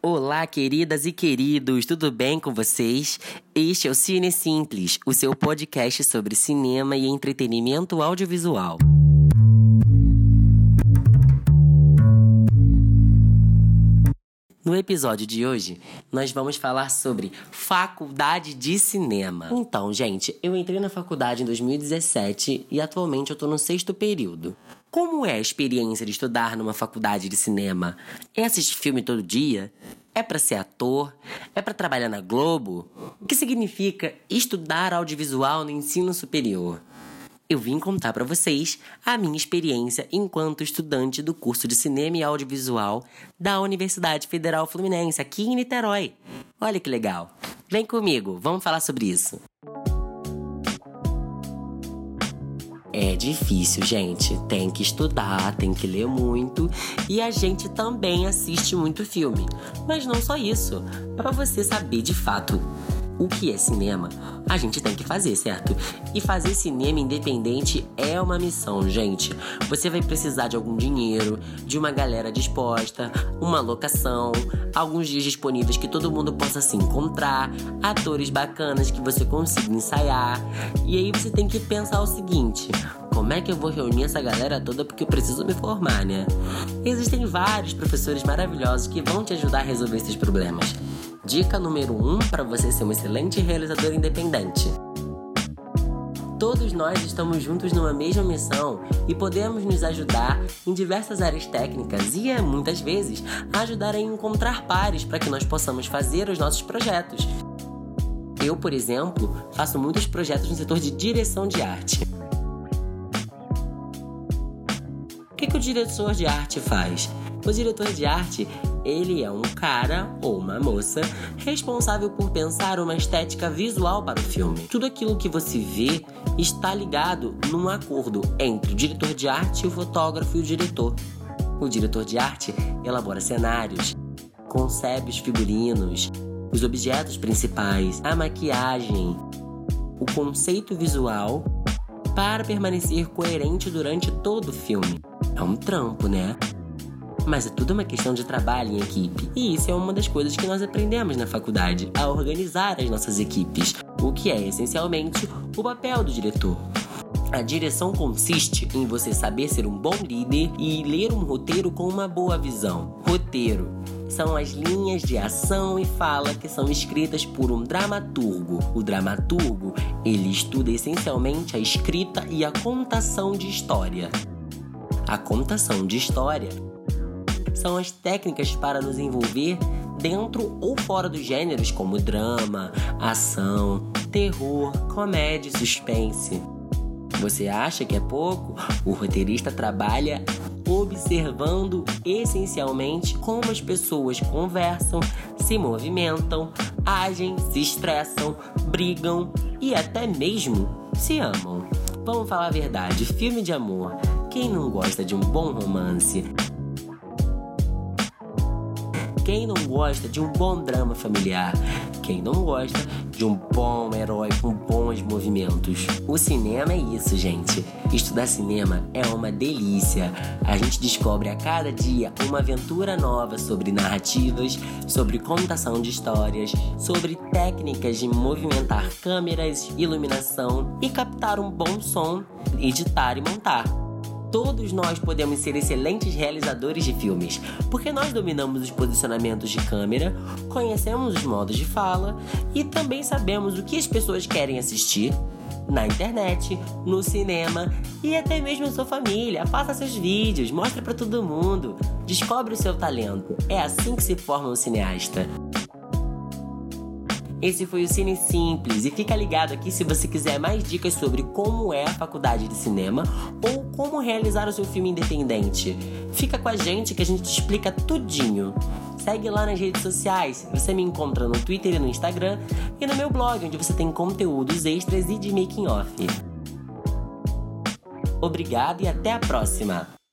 Olá, queridas e queridos, tudo bem com vocês? Este é o Cine Simples, o seu podcast sobre cinema e entretenimento audiovisual. No episódio de hoje, nós vamos falar sobre faculdade de cinema. Então, gente, eu entrei na faculdade em 2017 e atualmente eu tô no 6º período. Como é a experiência de estudar numa faculdade de cinema? É assistir filme todo dia? É pra ser ator? É pra trabalhar na Globo? O que significa estudar audiovisual no ensino superior? Eu vim contar pra vocês a minha experiência enquanto estudante do curso de Cinema e Audiovisual da Universidade Federal Fluminense, aqui em Niterói. Olha que legal. Vem comigo, vamos falar sobre isso. É difícil, gente. Tem que estudar, tem que ler muito e a gente também assiste muito filme. Mas não só isso. Para você saber de fato o que é cinema, a gente tem que fazer, certo? E fazer cinema independente é uma missão, gente. Você vai precisar de algum dinheiro, de uma galera disposta, uma locação, alguns dias disponíveis que todo mundo possa se encontrar, atores bacanas que você consiga ensaiar. E aí você tem que pensar o seguinte: como é que eu vou reunir essa galera toda porque eu preciso me formar, né? Existem vários professores maravilhosos que vão te ajudar a resolver esses problemas. Dica número 1 para você ser um excelente realizador independente. Todos nós estamos juntos numa mesma missão e podemos nos ajudar em diversas áreas técnicas e, muitas vezes, ajudar a encontrar pares para que nós possamos fazer os nossos projetos. Eu, por exemplo, faço muitos projetos no setor de direção de arte. O que o diretor de arte faz? O diretor de arte, ele é um cara ou uma moça responsável por pensar uma estética visual para o filme. Tudo aquilo que você vê está ligado num acordo entre o diretor de arte, o fotógrafo e o diretor. O diretor de arte elabora cenários, concebe os figurinos, os objetos principais, a maquiagem, o conceito visual para permanecer coerente durante todo o filme. É um trampo, né? Mas é tudo uma questão de trabalho em equipe. E isso é uma das coisas que nós aprendemos na faculdade, a organizar as nossas equipes, o que é essencialmente o papel do diretor. A direção consiste em você saber ser um bom líder e ler um roteiro com uma boa visão. Roteiro são as linhas de ação e fala que são escritas por um dramaturgo. O dramaturgo, ele estuda essencialmente a escrita e a contação de história. A contação de história são as técnicas para nos envolver dentro ou fora dos gêneros como drama, ação, terror, comédia e suspense. Você acha que é pouco? O roteirista trabalha observando essencialmente como as pessoas conversam, se movimentam, agem, se estressam, brigam e até mesmo se amam. Vamos falar a verdade, filme de amor. Quem não gosta de um bom romance? Quem não gosta de um bom drama familiar? Quem não gosta de um bom herói com bons movimentos? O cinema é isso, gente. Estudar cinema é uma delícia. A gente descobre a cada dia uma aventura nova sobre narrativas, sobre contação de histórias, sobre técnicas de movimentar câmeras, iluminação e captar um bom som, editar e montar. Todos nós podemos ser excelentes realizadores de filmes, porque nós dominamos os posicionamentos de câmera, conhecemos os modos de fala e também sabemos o que as pessoas querem assistir na internet, no cinema e até mesmo a sua família. Faça seus vídeos, mostre para todo mundo, descobre o seu talento. É assim que se forma um cineasta. Esse foi o Cine Simples e fica ligado aqui se você quiser mais dicas sobre como é a faculdade de cinema ou como realizar o seu filme independente. Fica com a gente que a gente te explica tudinho. Segue lá nas redes sociais, você me encontra no Twitter e no Instagram e no meu blog, onde você tem conteúdos extras e de making off. Obrigado e até a próxima!